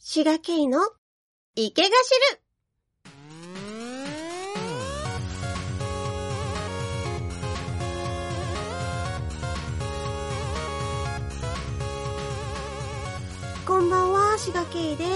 滋賀県の池が知る。こんばんは、滋賀県です。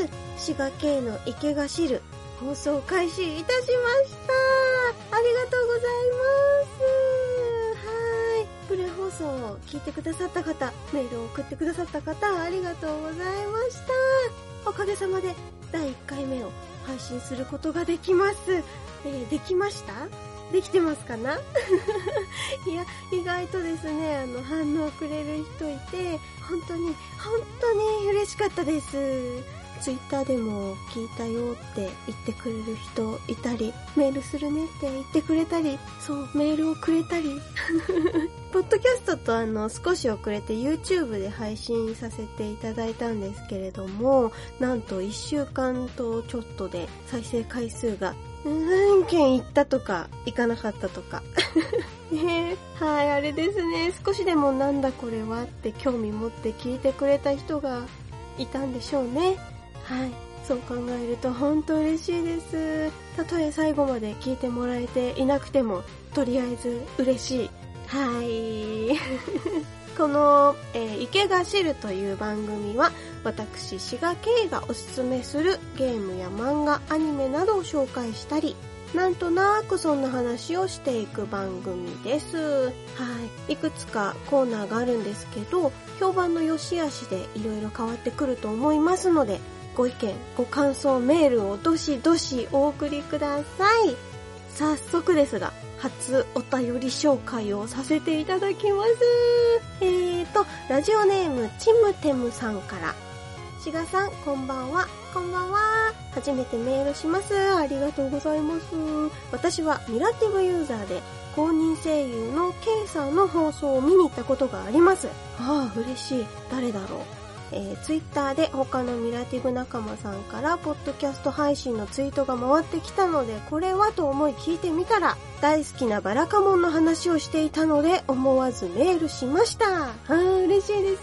滋賀県の池が知る放送開始いたしました。ありがとうございます。はい。プレ放送を聞いてくださった方、メールを送ってくださった方、ありがとうございました。おかげさまで第1回目を配信することができます。できました？できてますかな？いや、意外とですね、反応くれる人いて、本当に嬉しかったです。ツイッターでも聞いたよって言ってくれる人いたり、メールするねって言ってくれたり、そう、メールをくれたり。ポッドキャストと少し遅れて YouTube で配信させていただいたんですけれども、なんと1週間とちょっとで再生回数が何件行ったとか行かなかったとかね、はい、あれですね、少しでもなんだこれはって興味持って聞いてくれた人がいたんでしょうね。はい、そう考えると本当嬉しいです。たとえ最後まで聞いてもらえていなくてもとりあえず嬉しい。はいこの、池が知るという番組は、私滋賀県がおすすめするゲームや漫画、アニメなどを紹介したり、なんとなくそんな話をしていく番組です。はい。いくつかコーナーがあるんですけど、評判の良し悪しでいろいろ変わってくると思いますので、ご意見、ご感想、メールをどしどしお送りください。早速ですが、初お便り紹介をさせていただきます。ラジオネームチムテムさんから。しがさん、こんばんは。こんばんは。初めてメールします。ありがとうございます。私はミラティブユーザーで公認声優の K さんの放送を見に行ったことがあります。ああ、嬉しい。誰だろう。ツイッターで他のミラティブ仲間さんからポッドキャスト配信のツイートが回ってきたので、これはと思い聞いてみたら大好きなバラカモンの話をしていたので思わずメールしました。嬉しいです。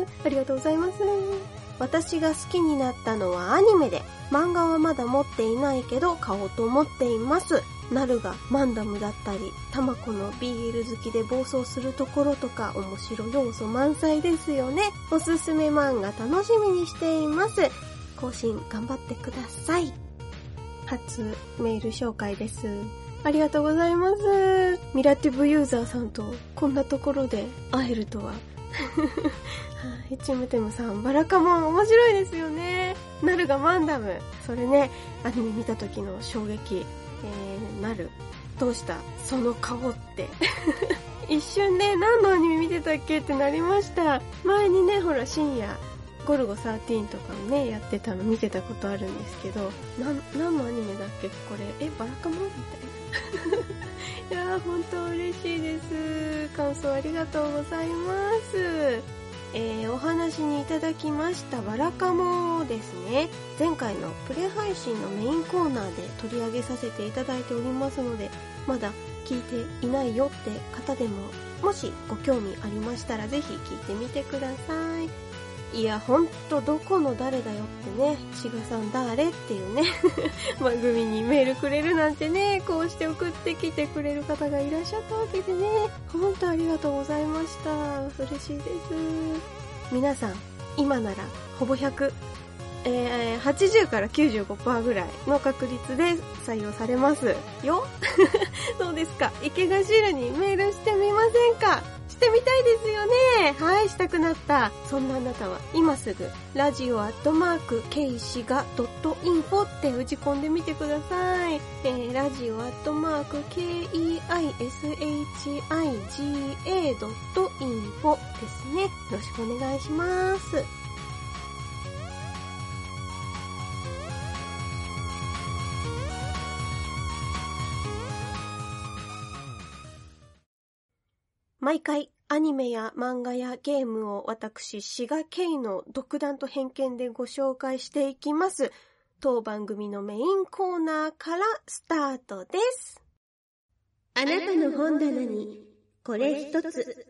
ありがとうございます。私が好きになったのはアニメで、漫画はまだ持っていないけど買おうと思っています。ナルがマンダムだったり、タマコの BL 好きで暴走するところとか面白要素満載ですよね。おすすめ漫画楽しみにしています。更新頑張ってください。初メール紹介です。ありがとうございます。ミラティブユーザーさんとこんなところで会えるとは。はい、チムテムさん、バラカモン面白いですよね。ナルがマンダム。それね、アニメ見た時の衝撃。なる。どうしたその顔って一瞬ね、何のアニメ見てたっけってなりました。前にね、ほら深夜ゴルゴ13とかをねやってたの見てたことあるんですけど、何のアニメだっけこれ、バラカモンみたいないやー、本当嬉しいです。感想ありがとうございます。お話にいただきましたバラカモですね、前回のプレ配信のメインコーナーで取り上げさせていただいておりますので、まだ聞いていないよって方でももしご興味ありましたらぜひ聞いてみてください。いや、ほんとどこの誰だよってね、しがさん誰っていうね番組にメールくれるなんてね、こうして送ってきてくれる方がいらっしゃったわけでね、ほんとありがとうございました。嬉しいです。皆さん今ならほぼ100、80から 95% ぐらいの確率で採用されますよどうですか、池が汁にメールしてみませんか？してみたいですよね。はい、したくなった。そんなあなたは今すぐラジオケイシガ.info って打ち込んでみてください。ラジオKEISHIGA.info ですね。よろしくお願いします。毎回アニメや漫画やゲームを私滋賀県の独断と偏見でご紹介していきます。当番組のメインコーナーからスタートです。あなたの本棚にこれ一つ。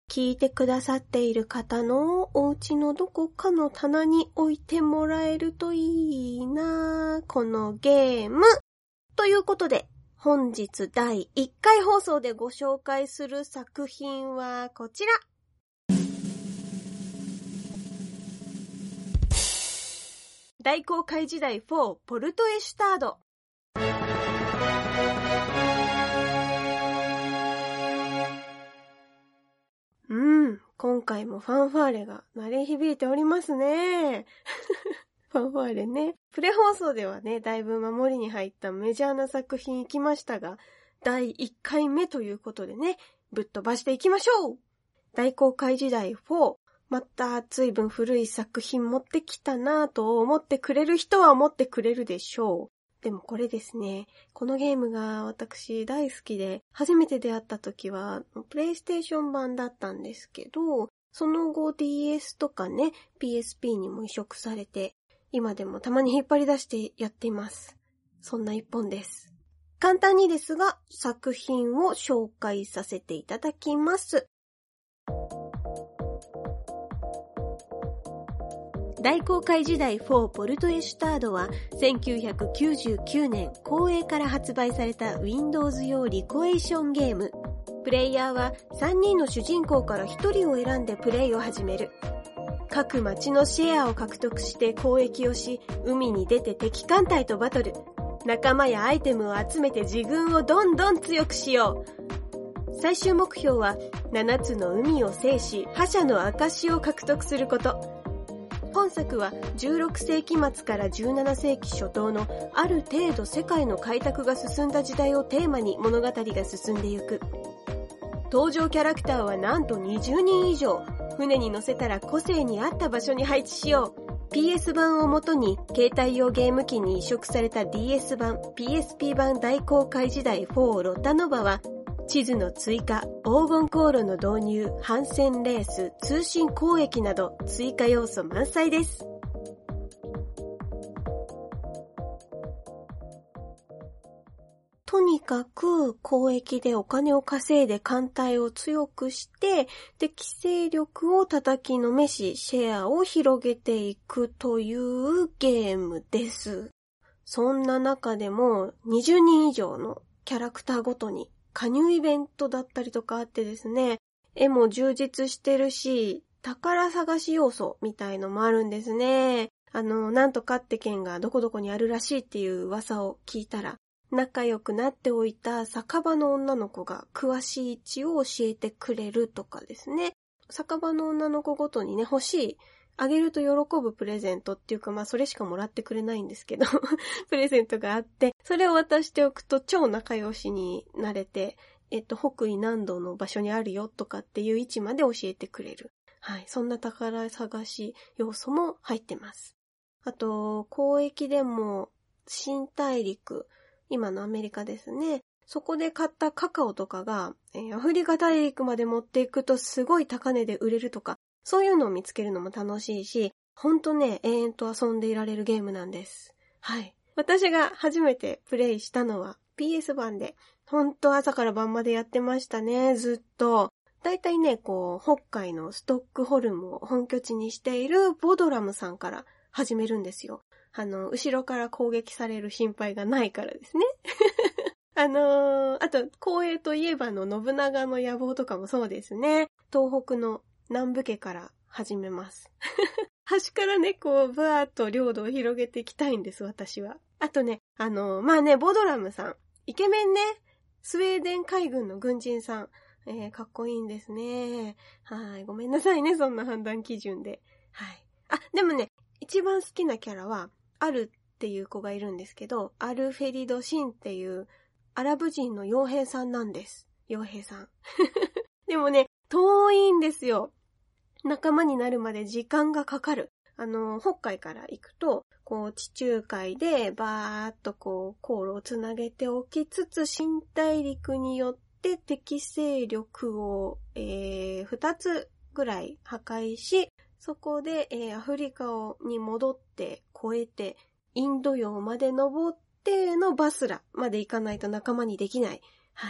聞いてくださっている方のお家のどこかの棚に置いてもらえるといいな、このゲーム。ということで、本日第1回放送でご紹介する作品はこちら。大航海時代4ポルトエシュタード。今回もファンファーレが鳴り響いておりますね。ファンファーレね。プレ放送ではね、だいぶ守りに入ったメジャーな作品いきましたが、第1回目ということでね、ぶっ飛ばしていきましょう。大航海時代4。また随分古い作品持ってきたなぁと思ってくれる人は思ってくれるでしょう。でもこれですね、このゲームが私大好きで、初めて出会った時はプレイステーション版だったんですけど、その後 DS とかね、PSP にも移植されて、今でもたまに引っ張り出してやっています。そんな一本です。簡単にですが、作品を紹介させていただきます。大航海時代4ポルトエシュタードは1999年光栄から発売された Windows 用リコエーションゲーム。プレイヤーは3人の主人公から1人を選んでプレイを始める。各町のシェアを獲得して交易をし、海に出て敵艦隊とバトル。仲間やアイテムを集めて自軍をどんどん強くしよう。最終目標は7つの海を制し、覇者の証を獲得すること。本作は16世紀末から17世紀初頭のある程度世界の開拓が進んだ時代をテーマに物語が進んでゆく。登場キャラクターはなんと20人以上。船に乗せたら個性に合った場所に配置しよう。PS 版をもとに携帯用ゲーム機に移植された DS 版、PSP 版大航海時代4ロタノバは地図の追加、黄金航路の導入、帆船レース、通信交易など追加要素満載です。とにかく交易でお金を稼いで艦隊を強くして敵勢力を叩きのめしシェアを広げていくというゲームです。そんな中でも20人以上のキャラクターごとに加入イベントだったりとかあってですね、絵も充実してるし、宝探し要素みたいのもあるんですね。なんとかって剣がどこどこにあるらしいっていう噂を聞いたら、仲良くなっておいた酒場の女の子が詳しい位置を教えてくれるとかですね。酒場の女の子ごとにね、欲しい、あげると喜ぶプレゼントっていうか、それしかもらってくれないんですけど、プレゼントがあって、それを渡しておくと超仲良しになれて、北緯何度の場所にあるよとかっていう位置まで教えてくれる。はい、そんな宝探し要素も入ってます。あと、交易でも、新大陸、今のアメリカですね。そこで買ったカカオとかが、アフリカ大陸まで持っていくとすごい高値で売れるとか、そういうのを見つけるのも楽しいし、ほんとね、永遠と遊んでいられるゲームなんです。はい。私が初めてプレイしたのは PS 版で、ほんと朝から晩までやってましたね、ずっと。だいたいね、北海のストックホルムを本拠地にしているボドラムさんから始めるんですよ。後ろから攻撃される心配がないからですね。あと、光栄といえばの信長の野望とかもそうですね。東北の南部家から始めます。端からね、バーっと領土を広げていきたいんです、私は。あとね、ボドラムさん。イケメンね。スウェーデン海軍の軍人さん。かっこいいんですね。はい。ごめんなさいね、そんな判断基準で。はい。でもね、一番好きなキャラは、アルっていう子がいるんですけど、アルフェリド・シンっていうアラブ人の傭兵さんなんです。傭兵さん。でもね、遠いんですよ。仲間になるまで時間がかかる。北海から行くと、地中海でバーっと航路をつなげておきつつ、新大陸によって敵勢力を、2つぐらい破壊し、そこで、アフリカに戻って越えて、インド洋まで登ってのバスラまで行かないと仲間にできない。はい。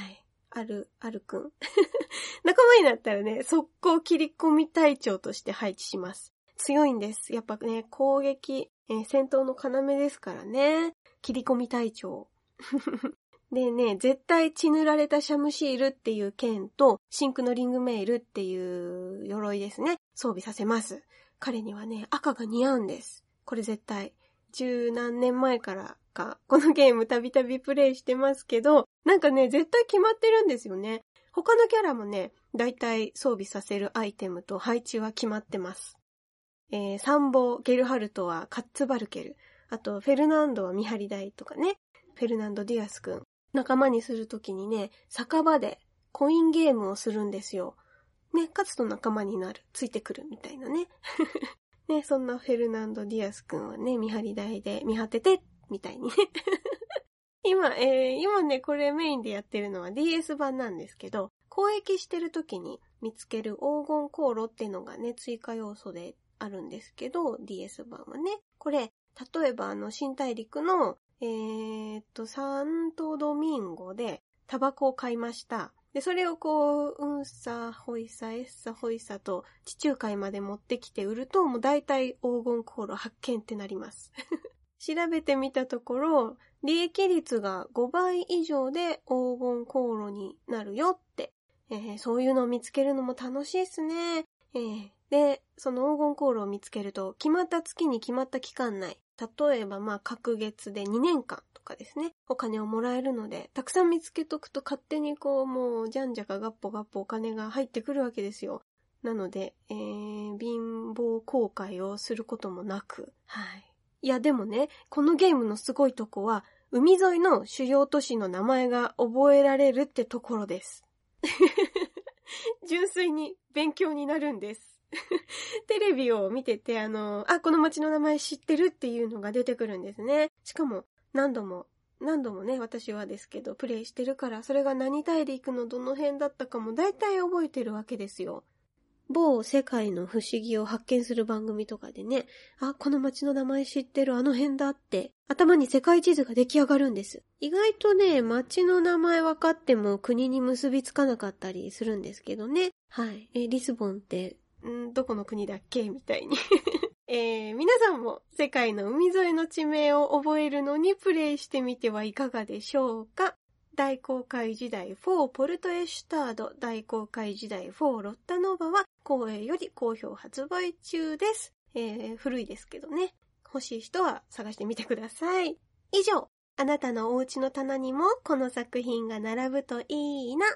あるくん。仲間になったらね、速攻切り込み隊長として配置します。強いんです。やっぱね、攻撃、戦闘の要ですからね。切り込み隊長。でね、絶対血塗られたシャムシールっていう剣と、真空のリングメールっていう鎧ですね。装備させます。彼にはね、赤が似合うんです。これ絶対。十何年前からか、このゲームたびたびプレイしてますけど、なんかね、絶対決まってるんですよね。他のキャラもね、だいたい装備させるアイテムと配置は決まってます。サンボ・ゲルハルトはカッツバルケル。あと、フェルナンドは見張り台とかね。フェルナンド・ディアス君。仲間にするときにね、酒場でコインゲームをするんですよ。ね、勝つと仲間になる。ついてくるみたいなね。ね、そんなフェルナンド・ディアス君はね、見張り台で見張ってて、みたいにね。今ね、これメインでやってるのは DS 版なんですけど、交易してるときに見つける黄金航路っていうのがね、追加要素であるんですけど、DS 版はね。これ、例えば新大陸の、サントドミンゴでタバコを買いました。で、それをうんさ、ほいさ、えっさ、ほいさと地中海まで持ってきて売ると、もう大体黄金航路発見ってなります。調べてみたところ、利益率が5倍以上で黄金航路になるよって、そういうのを見つけるのも楽しいっすね。で、その黄金航路を見つけると、決まった月に決まった期間内、例えば隔月で2年間とかですね、お金をもらえるので、たくさん見つけとくと勝手にもうじゃんじゃかガッポガッポお金が入ってくるわけですよ。なので、貧乏後悔をすることもなく、はい。いやでもね、このゲームのすごいとこは、海沿いの主要都市の名前が覚えられるってところです。純粋に勉強になるんです。テレビを見てて、この街の名前知ってるっていうのが出てくるんですね。しかも、何度もね、私はですけど、プレイしてるから、それが何大陸のどの辺だったかも大体覚えてるわけですよ。某世界の不思議を発見する番組とかでね、この街の名前知ってるあの辺だって、頭に世界地図が出来上がるんです。意外とね、街の名前分かっても国に結びつかなかったりするんですけどね。はい。リスボンって、どこの国だっけみたいに。皆さんも世界の海沿いの地名を覚えるのにプレイしてみてはいかがでしょうか。大航海時代4ポルトエシュタード、大航海時代4ロッタノーバは光栄より好評発売中です。古いですけどね。欲しい人は探してみてください。以上、あなたのお家の棚にもこの作品が並ぶといいな。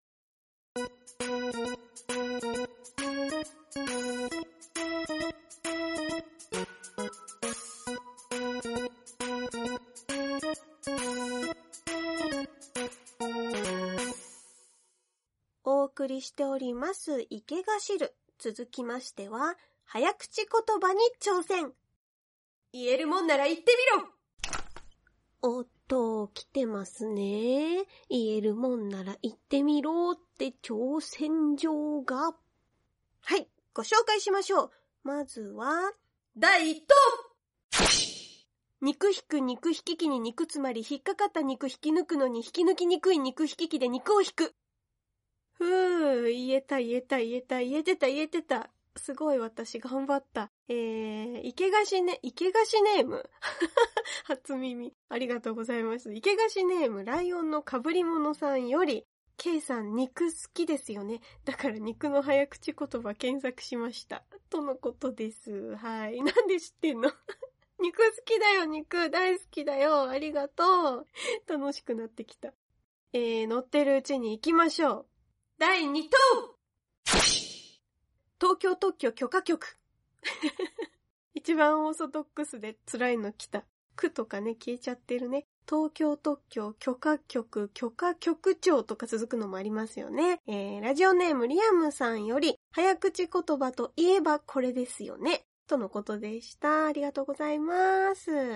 お送りしております池が知る。続きましては早口言葉に挑戦。言えるもんなら言ってみろ。おっと、来てますね。言えるもんなら言ってみろって挑戦状が。はい、ご紹介しましょう。まずは第一投。肉引く肉引き機に肉つまり引っかかった肉引き抜くのに引き抜きにくい肉引き機で肉を引く。言えてた。すごい私頑張った。池菓子ネーム初耳。ありがとうございます。池菓子ネームライオンのかぶり物さんより、K さん肉好きですよね。だから肉の早口言葉検索しました。とのことです。はい。なんで知ってんの肉好きだよ、肉大好きだよ。ありがとう。楽しくなってきた。乗ってるうちに行きましょう。第2投。東京特許許可局。一番オーソドックスで辛いの来た。区とかね、消えちゃってるね。東京特許許可局、許可局長とか続くのもありますよね。ラジオネームリアムさんより、早口言葉といえばこれですよね。とのことでした。ありがとうございます。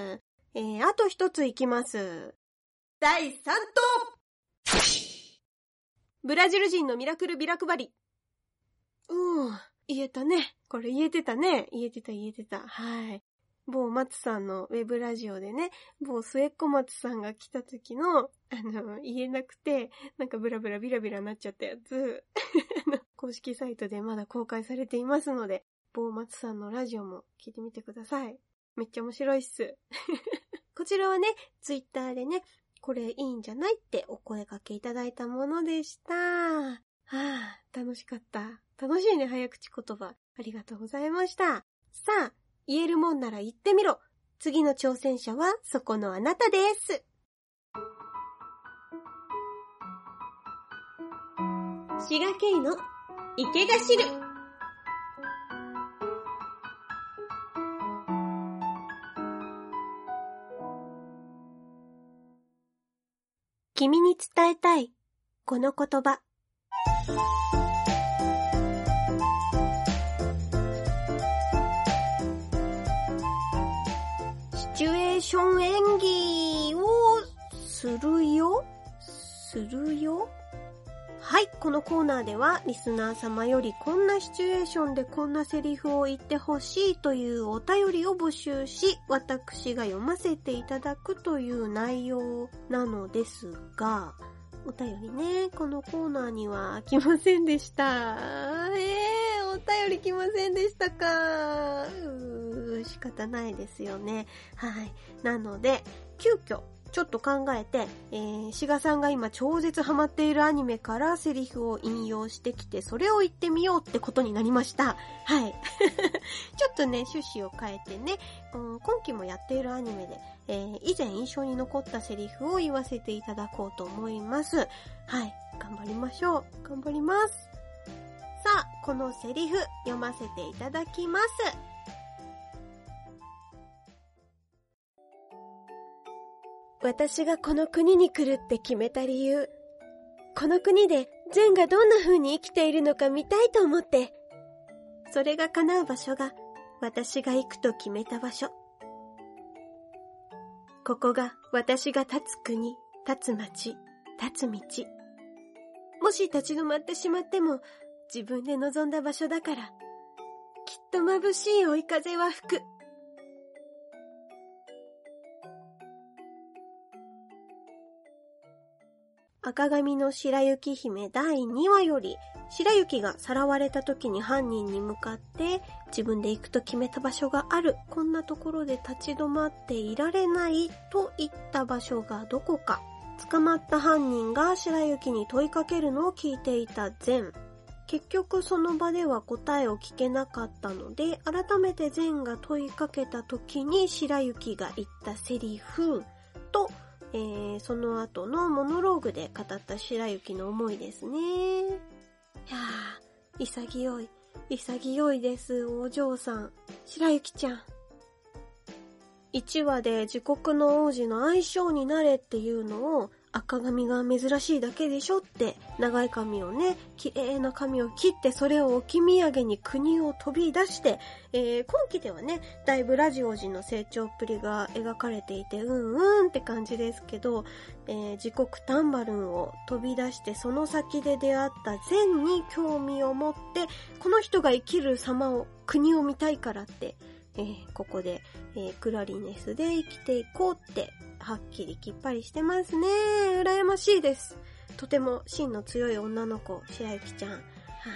あと一ついきます。第3投。ブラジル人のミラクルビラ配り。言えたね。これ言えてたね。言えてた。はい。 某松さんのウェブラジオでね、某末っ子松さんが来た時の、言えなくて、なんかブラブラビラビラなっちゃったやつ、公式サイトでまだ公開されていますので、某松さんのラジオも聞いてみてください。めっちゃ面白いっす。こちらはね、ツイッターでね、これいいんじゃないってお声掛けいただいたものでした。はあ、楽しかった。楽しいね、早口言葉。ありがとうございました。さあ、言えるもんなら言ってみろ。次の挑戦者はそこのあなたです。滋賀県の池が知る。君に伝えたいこの言葉。シチュエーション演技をするよ。はい、このコーナーではリスナー様よりこんなシチュエーションでこんなセリフを言ってほしいというお便りを募集し、私が読ませていただくという内容なのですが、お便りね、このコーナーには来ませんでした。お便り来ませんでしたか。仕方ないですよね。はい。なので、急遽、ちょっと考えて、志賀さんが今超絶ハマっているアニメからセリフを引用してきて、それを言ってみようってことになりました。はい。ちょっとね、趣旨を変えてね、今期もやっているアニメで、以前印象に残ったセリフを言わせていただこうと思います。はい。頑張りましょう。頑張ります。さあ、このセリフ読ませていただきます。私がこの国に来るって決めた理由。この国で善がどんな風に生きているのか見たいと思って。それが叶う場所が私が行くと決めた場所。ここが私が立つ国、立つ町、立つ道。もし立ち止まってしまっても自分で望んだ場所だから。きっと眩しい追い風は吹く。赤髪の白雪姫第2話より、白雪がさらわれた時に犯人に向かって自分で行くと決めた場所がある。こんなところで立ち止まっていられないといった場所がどこか。捕まった犯人が白雪に問いかけるのを聞いていた善。結局その場では答えを聞けなかったので、改めて善が問いかけた時に白雪が言ったセリフと、その後のモノローグで語った白雪の思いですね。いやー、潔いです、お嬢さん。白雪ちゃん。1話で自国の王子の相性になれっていうのを、赤髪が珍しいだけでしょって、長い髪をね、綺麗な髪を切ってそれを置き土産に国を飛び出して、今期ではね、だいぶラジオジの成長っぷりが描かれていて、って感じですけど、自国タンバルンを飛び出してその先で出会った善に興味を持って、この人が生きる様を、国を見たいからって、ここで、クラリネスで生きていこうってはっきりきっぱりしてますね。羨ましいです。とても芯の強い女の子、白雪ちゃん。はい。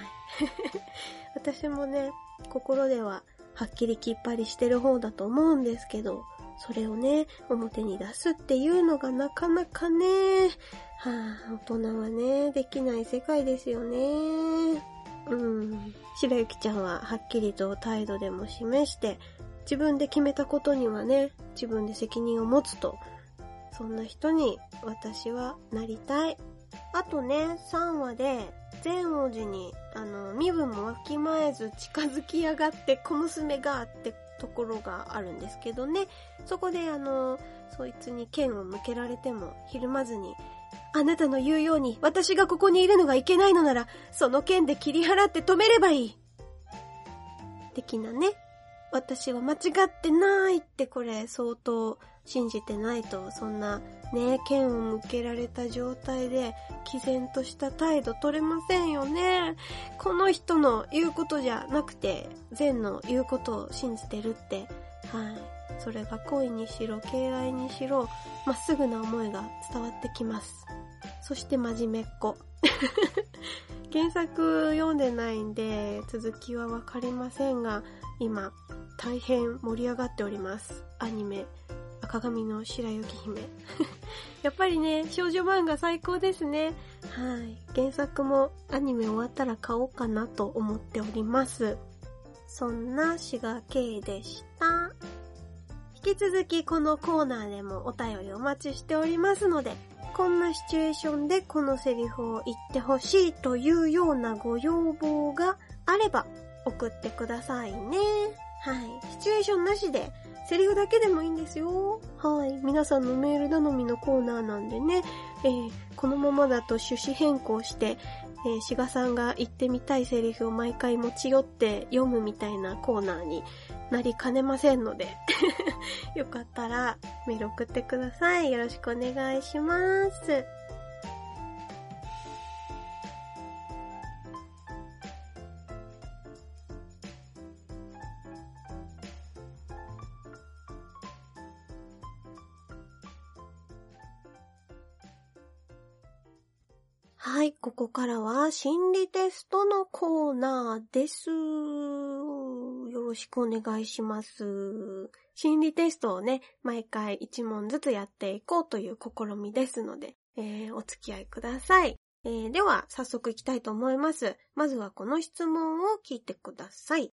私もね、心でははっきりきっぱりしてる方だと思うんですけど、それをね、表に出すっていうのがなかなかね、大人はね、できない世界ですよね。白雪ちゃんははっきりと態度でも示して、自分で決めたことにはね、自分で責任を持つと、そんな人に私はなりたい。あとね、3話で善王寺に身分もわきまえず近づきやがって小娘がってところがあるんですけどね、そこでそいつに剣を向けられてもひるまずに、あなたの言うように私がここにいるのがいけないのなら、その剣で切り払って止めればいい。的なね。私は間違ってないって、これ相当信じてないと、そんなね、剣を向けられた状態で毅然とした態度取れませんよね。この人の言うことじゃなくて、善の言うことを信じてるって、 それが恋にしろ、敬愛にしろ、まっすぐな思いが伝わってきます。そして真面目っ子。原作読んでないんで、続きはわかりませんが、今、大変盛り上がっております。アニメ、赤髪の白雪姫。やっぱりね、少女漫画最高ですね。はい。原作もアニメ終わったら買おうかなと思っております。そんなしがけいでした。引き続きこのコーナーでもお便りお待ちしておりますので、こんなシチュエーションでこのセリフを言ってほしいというようなご要望があれば送ってくださいね。はい。シチュエーションなしでセリフだけでもいいんですよ。はい。皆さんのメール頼みのコーナーなんでね、このままだと趣旨変更して、しがさんが言ってみたいセリフを毎回持ち寄って読むみたいなコーナーになりかねませんのでよかったらメール送ってください。よろしくお願いします。はい、ここからは心理テストのコーナーです。よろしくお願いします。心理テストをね、毎回1問ずつやっていこうという試みですので、お付き合いください。では、早速いきたいと思います。まずはこの質問を聞いてください。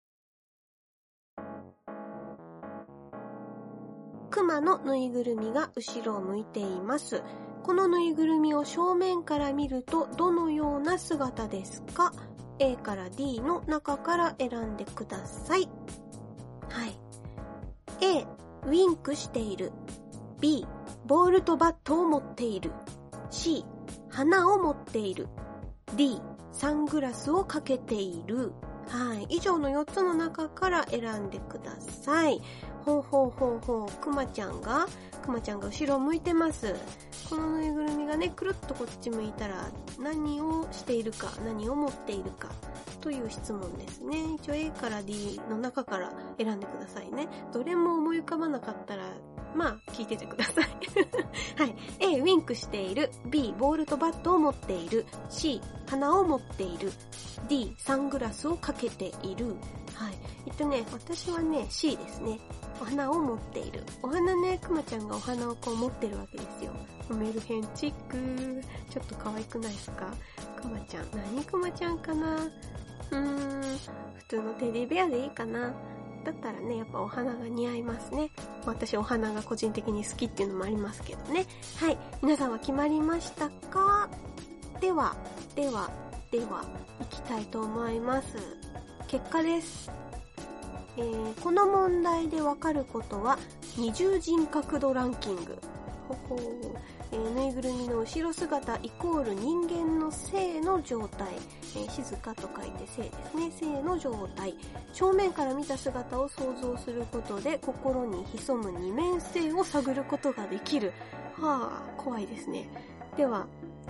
クマのぬいぐるみが後ろを向いています。このぬいぐるみを正面から見るとどのような姿ですか？ A から D の中から選んでください。はい。A、ウィンクしている。B、ボールとバットを持っている。C、花を持っている。D、サングラスをかけている。はい。以上の4つの中から選んでください。ほうほうほうほう。くまちゃんが後ろを向いてます。このぬいぐるみがね、くるっとこっち向いたら何をしているか、何を持っているかという質問ですね。一応 A から D の中から選んでくださいね。どれも思い浮かばなかったら、まあ聞いててください。はい。A、ウィンクしている。B、ボールとバットを持っている。C、花を持っている。D、サングラスをかけている。はい。私はね、C ですね。お花を持っている。お花ね、くまちゃんがお花をこう持ってるわけですよ。メルヘンチック。ちょっと可愛くないですか？くまちゃん。何くまちゃんかな？普通のテディベアでいいかな？だったらね、やっぱお花が似合いますね。私お花が個人的に好きっていうのもありますけどね。はい。皆さんは決まりましたか？では、いきたいと思います。結果です。この問題でわかることは二重人格度ランキング。ぬいぐるみの後ろ姿イコール人間の性の状態。静かと書いて性ですね。性の状態。正面から見た姿を想像することで心に潜む二面性を探ることができる。怖いですね。では、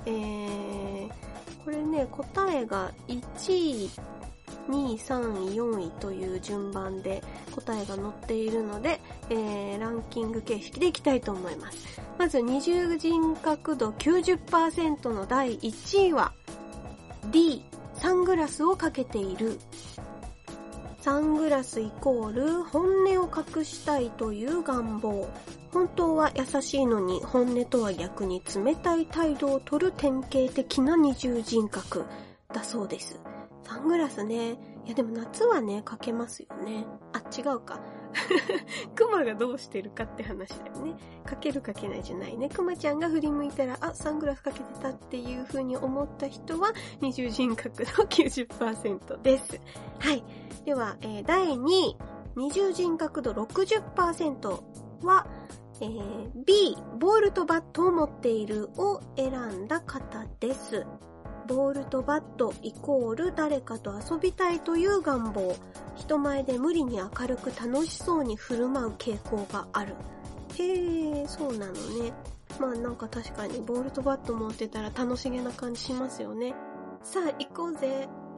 これね、答えが1位、2位、3位、4位という順番で答えが載っているので、ランキング形式でいきたいと思います。まず二重人格度 90% の第1位は D、サングラスをかけている。サングラスイコール本音を隠したいという願望。本当は優しいのに本音とは逆に冷たい態度を取る典型的な二重人格だそうです。サングラスね。いやでも夏はね、かけますよね。違うか。クマがどうしてるかって話だよね。かけるかけないじゃないね。クマちゃんが振り向いたら、サングラスかけてたっていう風に思った人は二重人格の 90% です。はい。では、第2位、二重人格度 60% は、B、ボールとバットを持っているを選んだ方です。ボールとバットイコール誰かと遊びたいという願望。人前で無理に明るく楽しそうに振る舞う傾向がある。そうなのね。なんか確かにボールとバット持ってたら楽しげな感じしますよね。さあ行こうぜ。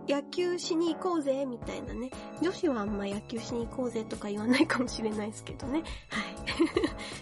野球しに行こうぜみたいなね。女子はあんま野球しに行こうぜとか言わないかもしれないですけどね。はい。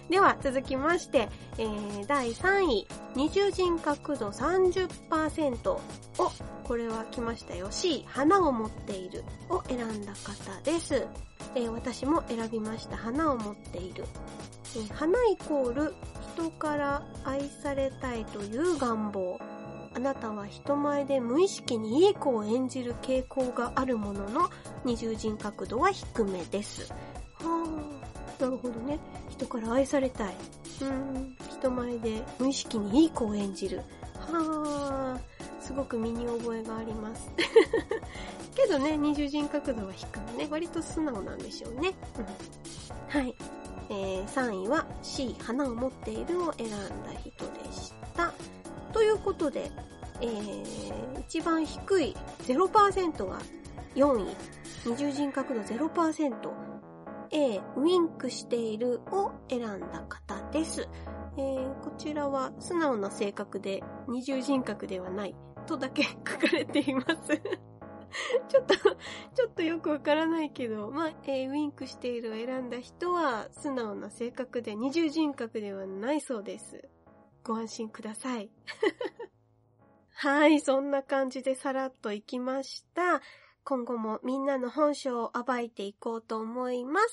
では続きまして、第3位、二重人格度 30%。これは来ましたよ。C、花を持っているを選んだ方です。私も選びました。花を持っている。花イコール人から愛されたいという願望。あなたは人前で無意識にいい子を演じる傾向があるものの、二重人格度は低めです。なるほどね。人から愛されたい。人前で無意識にいい子を演じる。すごく身に覚えがあります。けどね、二重人格度は低めね。割と素直なんでしょうね。はい。3位は C、花を持っているを選んだ人でした。ということで、一番低い 0% が4位。二重人格度 0%。A、ウィンクしているを選んだ方です。こちらは素直な性格で二重人格ではないとだけ書かれています。ちょっとよくわからないけど、ウィンクしているを選んだ人は素直な性格で二重人格ではないそうです。ご安心ください。はい、そんな感じでさらっといきました。今後もみんなの本性を暴いていこうと思います。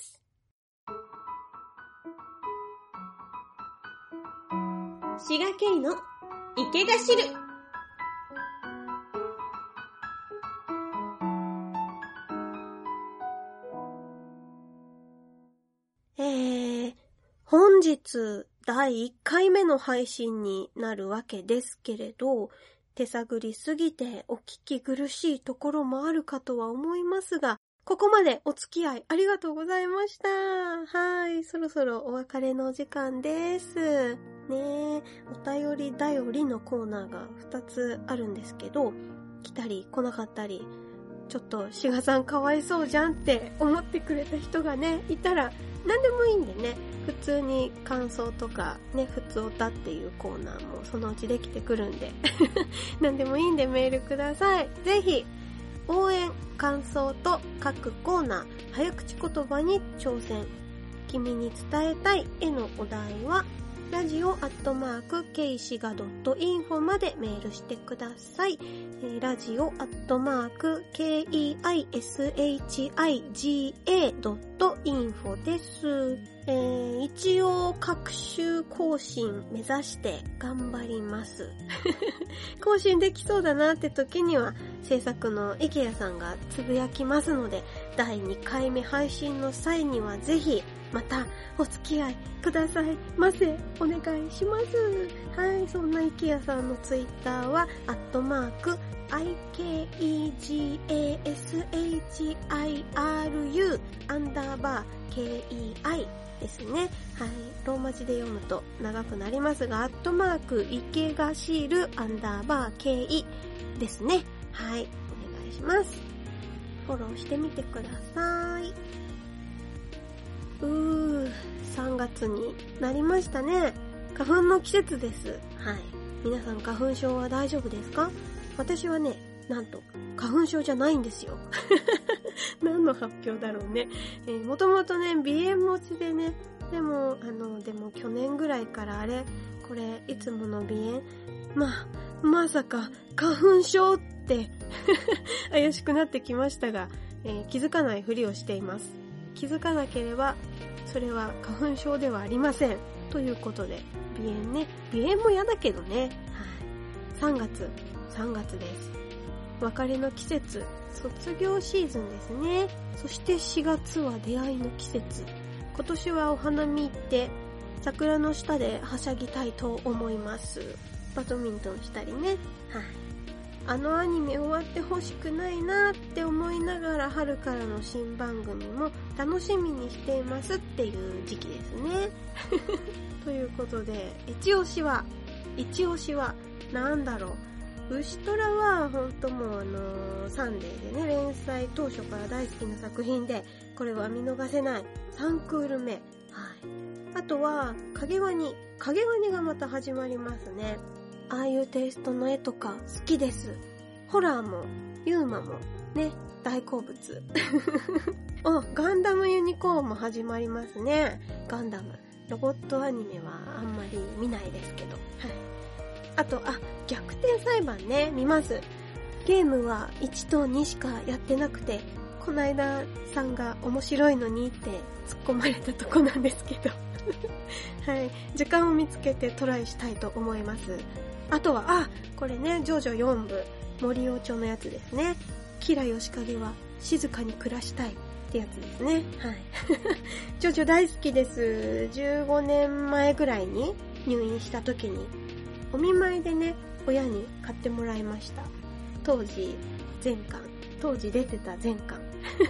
滋賀県の池が知る。本日第1回目の配信になるわけですけれど、手探りすぎてお聞き苦しいところもあるかとは思いますが、ここまでお付き合いありがとうございました。はい、そろそろお別れのお時間です。ねえ、お便りだよりのコーナーが2つあるんですけど、来たり来なかったり、ちょっと志賀さんかわいそうじゃんって思ってくれた人がね、いたら何でもいいんでね、普通に感想とかね、普通歌っていうコーナーもそのうちできてくるんで何でもいいんでメールください。ぜひ応援、感想と各コーナー、早口言葉に挑戦。君に伝えたいへのお題はラジオケイシガ.info までメールしてください。ラジオKEISHIGA.info です。一応各週更新目指して頑張ります。更新できそうだなって時には制作の池谷さんがつぶやきますので、第2回目配信の際にはぜひまたお付き合いくださいませ。お願いします。はい、そんな池谷さんのツイッターは@IKEGASHIRU_KEI ですね。はい、ローマ字で読むと長くなりますが、池がシール_KEI ですね。はい、お願いします。フォローしてみてください。3月になりましたね。花粉の季節です。はい。皆さん花粉症は大丈夫ですか？私はね、なんと花粉症じゃないんですよ。何の発表だろうね。もともとね、鼻炎持ちでね、でも去年ぐらいからこれいつもの鼻炎、まさか花粉症って怪しくなってきましたが、気づかないふりをしています。気づかなければそれは花粉症ではありませんということで、鼻炎も嫌だけどね。はい、3月です。別れの季節、卒業シーズンですね。そして4月は出会いの季節。今年はお花見行って桜の下ではしゃぎたいと思います。バドミントンしたりね。はい、あのアニメ終わってほしくないなって思いながら、春からの新番組も楽しみにしていますっていう時期ですね。ということで、一押しはなんだろう。牛虎は本当もうサンデーでね、連載当初から大好きな作品で、これは見逃せない。3クール目。はい。あとは影ワニがまた始まりますね。ああいうテイストの絵とか好きです。ホラーもユーマもね、大好物。ガンダムユニコーンも始まりますね。ガンダム。ロボットアニメはあんまり見ないですけど。はい。あと、逆転裁判ね、見ます。ゲームは1と2しかやってなくて、こないださんが面白いのにって突っ込まれたとこなんですけど。はい。時間を見つけてトライしたいと思います。あとは、これね、ジョジョ4部、森王朝のやつですね。キラヨシカゲは静かに暮らしたいってやつですね。はい。ジョジョ大好きです。15年前ぐらいに入院した時に、お見舞いでね、親に買ってもらいました。当時出てた全巻。はい。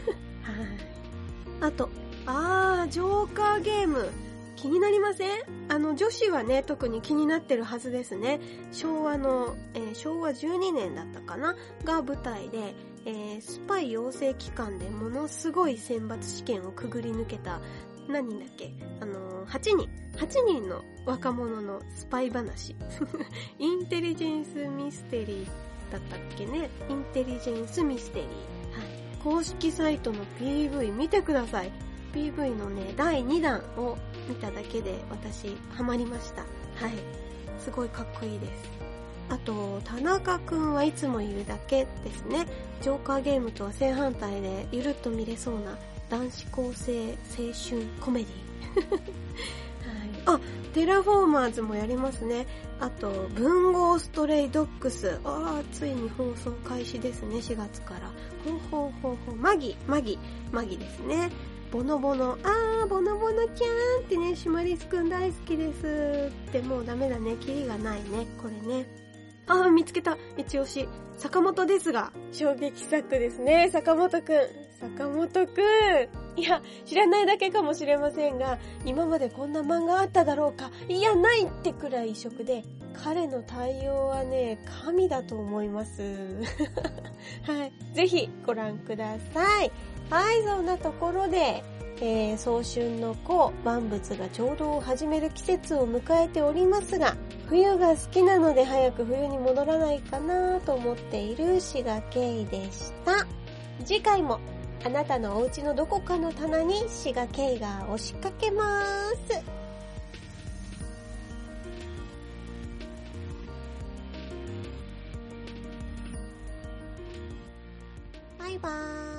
あと、ジョーカーゲーム。気になりません？女子はね、特に気になってるはずですね。昭和12年だったかなが舞台で、スパイ養成機関でものすごい選抜試験をくぐり抜けた、何人だっけ8人の若者のスパイ話。インテリジェンスミステリーだったっけね。インテリジェンスミステリー。はい。公式サイトの PV 見てください。PV のね、第2弾を見ただけで私ハマりました。はい。すごいかっこいいです。あと、田中くんはいつもいるだけですね。ジョーカーゲームとは正反対でゆるっと見れそうな男子高生青春コメディ。はい。テラフォーマーズもやりますね。あと、文豪ストレイドッグス。ついに放送開始ですね、4月から。マギですね。ボノボノちゃんってね、シマリスくん大好きですってもうダメだね、キリがないね、これね。見つけた、一押し。坂本ですが、衝撃作ですね、坂本くん。いや、知らないだけかもしれませんが、今までこんな漫画あっただろうか、いや、ないってくらい異色で、彼の対応はね、神だと思います。はい。ぜひご覧ください。はい、そんなところで、早春の万物が調度を始める季節を迎えておりますが、冬が好きなので早く冬に戻らないかなと思っている志賀圭でした。次回もあなたのお家のどこかの棚に志賀圭が押しかけます。バイバーイ。